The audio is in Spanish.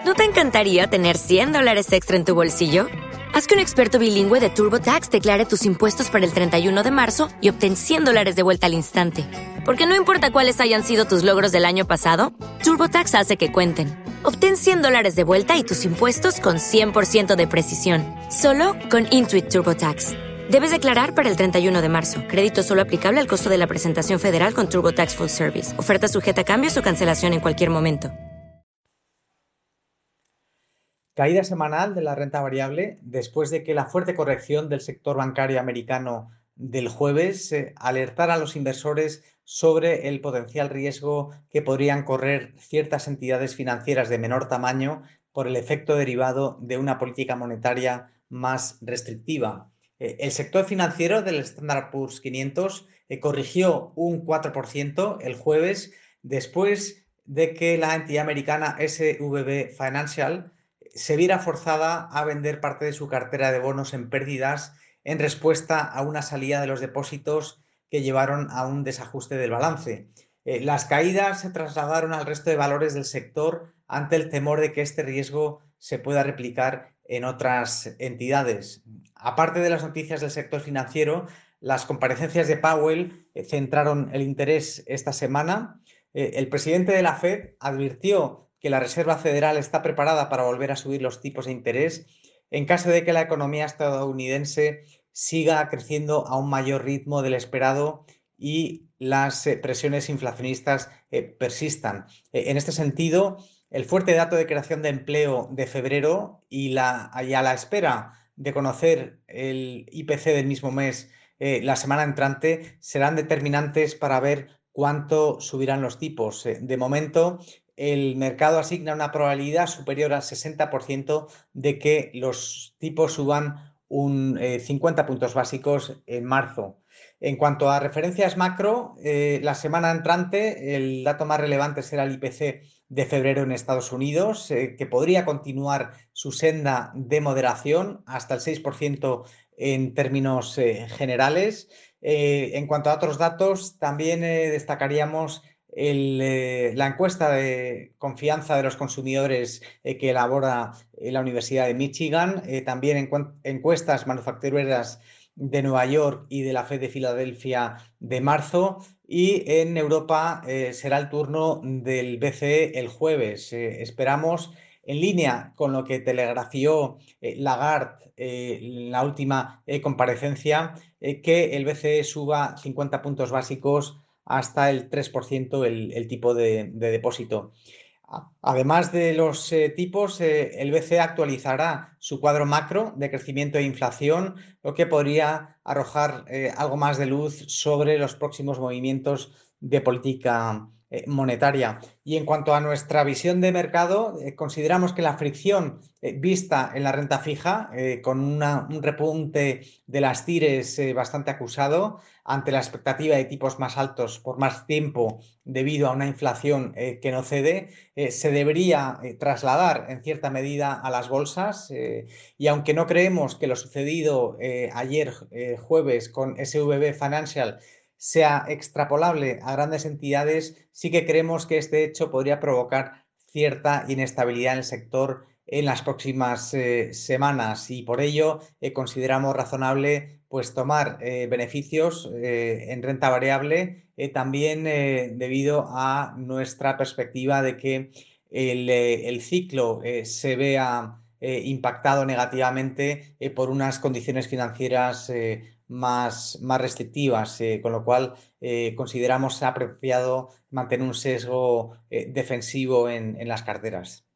¿No te encantaría tener $100 extra en tu bolsillo? Haz que un experto bilingüe de TurboTax declare tus impuestos para el 31 de marzo y obtén $100 de vuelta al instante. Porque no importa cuáles hayan sido tus logros del año pasado, TurboTax hace que cuenten. Obtén $100 de vuelta y tus impuestos con 100% de precisión, solo con Intuit TurboTax. Debes declarar para el 31 de marzo. Crédito solo aplicable al costo de la presentación federal con TurboTax Full Service. Oferta sujeta a cambios o cancelación en cualquier momento. Caída semanal de la renta variable después de que la fuerte corrección del sector bancario americano del jueves alertara a los inversores sobre el potencial riesgo que podrían correr ciertas entidades financieras de menor tamaño por el efecto derivado de una política monetaria más restrictiva. El sector financiero del Standard Poor's 500 corrigió un 4% el jueves después de que la entidad americana SVB Financial se viera forzada a vender parte de su cartera de bonos en pérdidas en respuesta a una salida de los depósitos que llevaron a un desajuste del balance. Las caídas se trasladaron al resto de valores del sector ante el temor de que este riesgo se pueda replicar en otras entidades. Aparte de las noticias del sector financiero, las comparecencias de Powell centraron el interés esta semana. El presidente de la Fed advirtió que la Reserva Federal está preparada para volver a subir los tipos de interés en caso de que la economía estadounidense siga creciendo a un mayor ritmo del esperado y las presiones inflacionistas persistan. En este sentido, el fuerte dato de creación de empleo de febrero y a la espera de conocer el IPC del mismo mes la semana entrante serán determinantes para ver cuánto subirán los tipos. De momento, el mercado asigna una probabilidad superior al 60% de que los tipos suban un 50 puntos básicos en marzo. En cuanto a referencias macro, la semana entrante el dato más relevante será el IPC de febrero en Estados Unidos, que podría continuar su senda de moderación hasta el 6% en términos generales. En cuanto a otros datos, también destacaríamos la encuesta de confianza de los consumidores que elabora la Universidad de Michigan, también encuestas manufactureras de Nueva York y de la Fed de Filadelfia de marzo, y en Europa será el turno del BCE el jueves. Esperamos, en línea con lo que telegrafió Lagarde en la última comparecencia, que el BCE suba 50 puntos básicos hasta el 3% el tipo de depósito. Además de los tipos, el BCE actualizará su cuadro macro de crecimiento e inflación, lo que podría arrojar algo más de luz sobre los próximos movimientos de política monetaria. Y en cuanto a nuestra visión de mercado, consideramos que la fricción vista en la renta fija, con un repunte de las TIRES bastante acusado, ante la expectativa de tipos más altos por más tiempo debido a una inflación que no cede, se debería trasladar en cierta medida a las bolsas, y aunque no creemos que lo sucedido ayer jueves con SVB Financial sea extrapolable a grandes entidades, sí que creemos que este hecho podría provocar cierta inestabilidad en el sector en las próximas semanas, y por ello consideramos razonable pues tomar beneficios en renta variable, también debido a nuestra perspectiva de que el ciclo se vea impactado negativamente por unas condiciones financieras más restrictivas, con lo cual consideramos apropiado mantener un sesgo defensivo en las carteras.